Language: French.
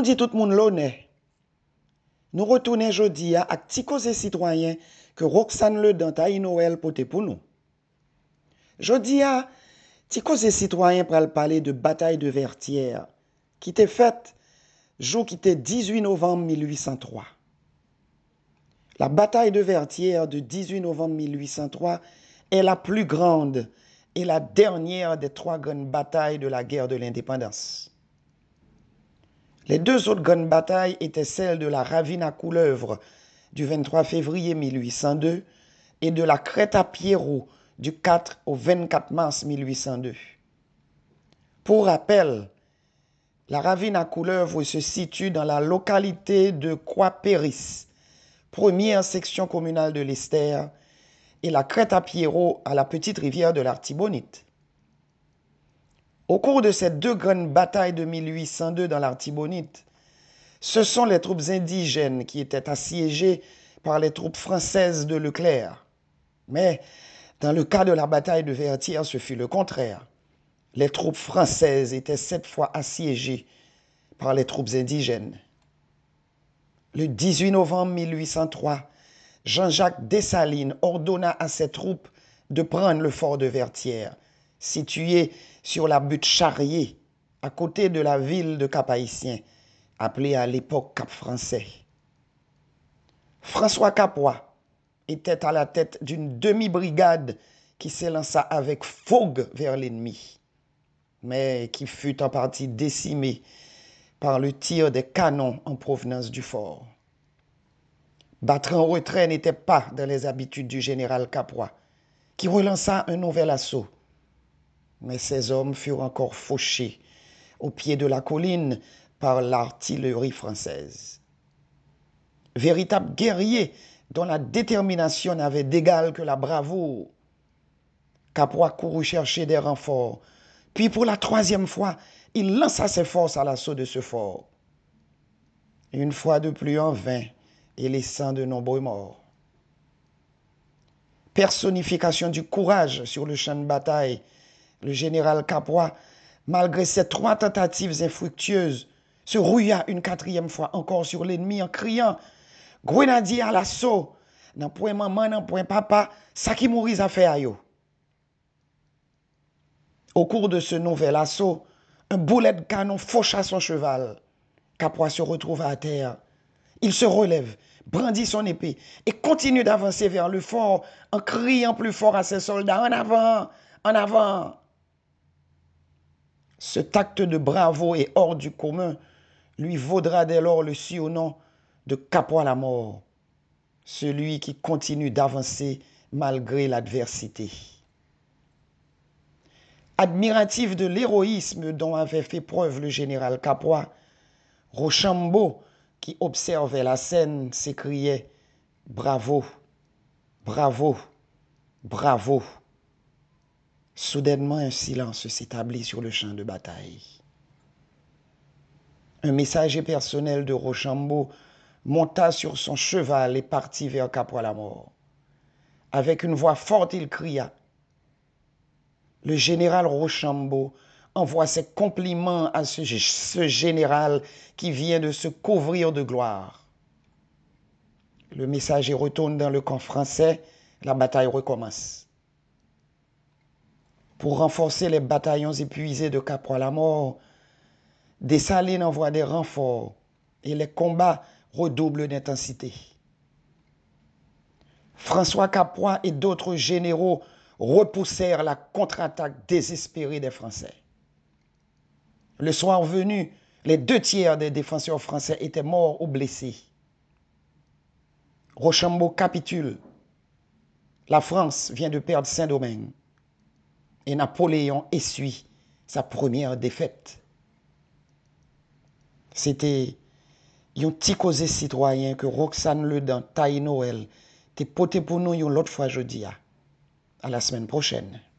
dit tout le monde l'honneur. Nous retournons aujourd'hui à petit cause citoyen que Roxane Le Dantaï Noël pote pour nous. Aujourd'hui à petit cause citoyen pour parler de bataille de Vertières qui était faite jour qui était 18 novembre 1803. La bataille de Vertières de 18 novembre 1803 est la plus grande et la dernière des trois grandes batailles de la guerre de l'indépendance. Les deux autres grandes batailles étaient celles de la Ravine à Couleuvre du 23 février 1802 et de la Crête à Pierrot du 4 au 24 mars 1802. Pour rappel, la Ravine à Couleuvre se situe dans la localité de Croix-Péris, première section communale de l'Estère, et la Crête à Pierrot à la petite rivière de l'Artibonite. Au cours de ces deux grandes batailles de 1802 dans l'Artibonite, ce sont les troupes indigènes qui étaient assiégées par les troupes françaises de Leclerc. Mais dans le cas de la bataille de Vertières, ce fut le contraire. Les troupes françaises étaient cette fois assiégées par les troupes indigènes. Le 18 novembre 1803, Jean-Jacques Dessalines ordonna à ses troupes de prendre le fort de Vertières, situé sur la butte Charrier, à côté de la ville de Cap-Haïtien, appelée à l'époque Cap-Français. François Capois était à la tête d'une demi-brigade qui s'élança avec fougue vers l'ennemi, mais qui fut en partie décimée par le tir des canons en provenance du fort. Battre en retrait n'était pas dans les habitudes du général Capois, qui relança un nouvel assaut. Mais ces hommes furent encore fauchés au pied de la colline par l'artillerie française. Véritable guerrier dont la détermination n'avait d'égal que la bravoure, Capois courut chercher des renforts. Puis pour la troisième fois, il lança ses forces à l'assaut de ce fort. Une fois de plus en vain et laissant de nombreux morts. Personnification du courage sur le champ de bataille, le général Capois, malgré ses trois tentatives infructueuses, se rouilla une quatrième fois encore sur l'ennemi en criant « Grenadier à l'assaut, nan point maman, nan point papa, ça qui mourit à faire yo ». Au cours de ce nouvel assaut, un boulet de canon faucha son cheval. Capois se retrouva à terre. Il se relève, brandit son épée et continue d'avancer vers le fort en criant plus fort à ses soldats « En avant! En avant !» Cet acte de bravoure et hors du commun lui vaudra dès lors le surnom de Capois la mort, celui qui continue d'avancer malgré l'adversité. Admiratif de l'héroïsme dont avait fait preuve le général Capois, Rochambeau, qui observait la scène, s'écriait « Bravo, bravo, bravo ». Soudainement, un silence s'établit sur le champ de bataille. Un messager personnel de Rochambeau monta sur son cheval et partit vers Capois la mort. Avec une voix forte, il cria « Le général Rochambeau envoie ses compliments à ce général qui vient de se couvrir de gloire. » Le messager retourne dans le camp français, la bataille recommence. Pour renforcer les bataillons épuisés de Capois la mort, Dessalines envoie des renforts et les combats redoublent d'intensité. François Capois et d'autres généraux repoussèrent la contre-attaque désespérée des Français. Le soir venu, les 2/3 des défenseurs français étaient morts ou blessés. Rochambeau capitule. La France vient de perdre Saint-Domingue et Napoléon essuie sa première défaite. C'était un petit causé citoyen que Roxane Le Dantaï Noël te poté pour nous une autre fois jeudi. À la semaine prochaine.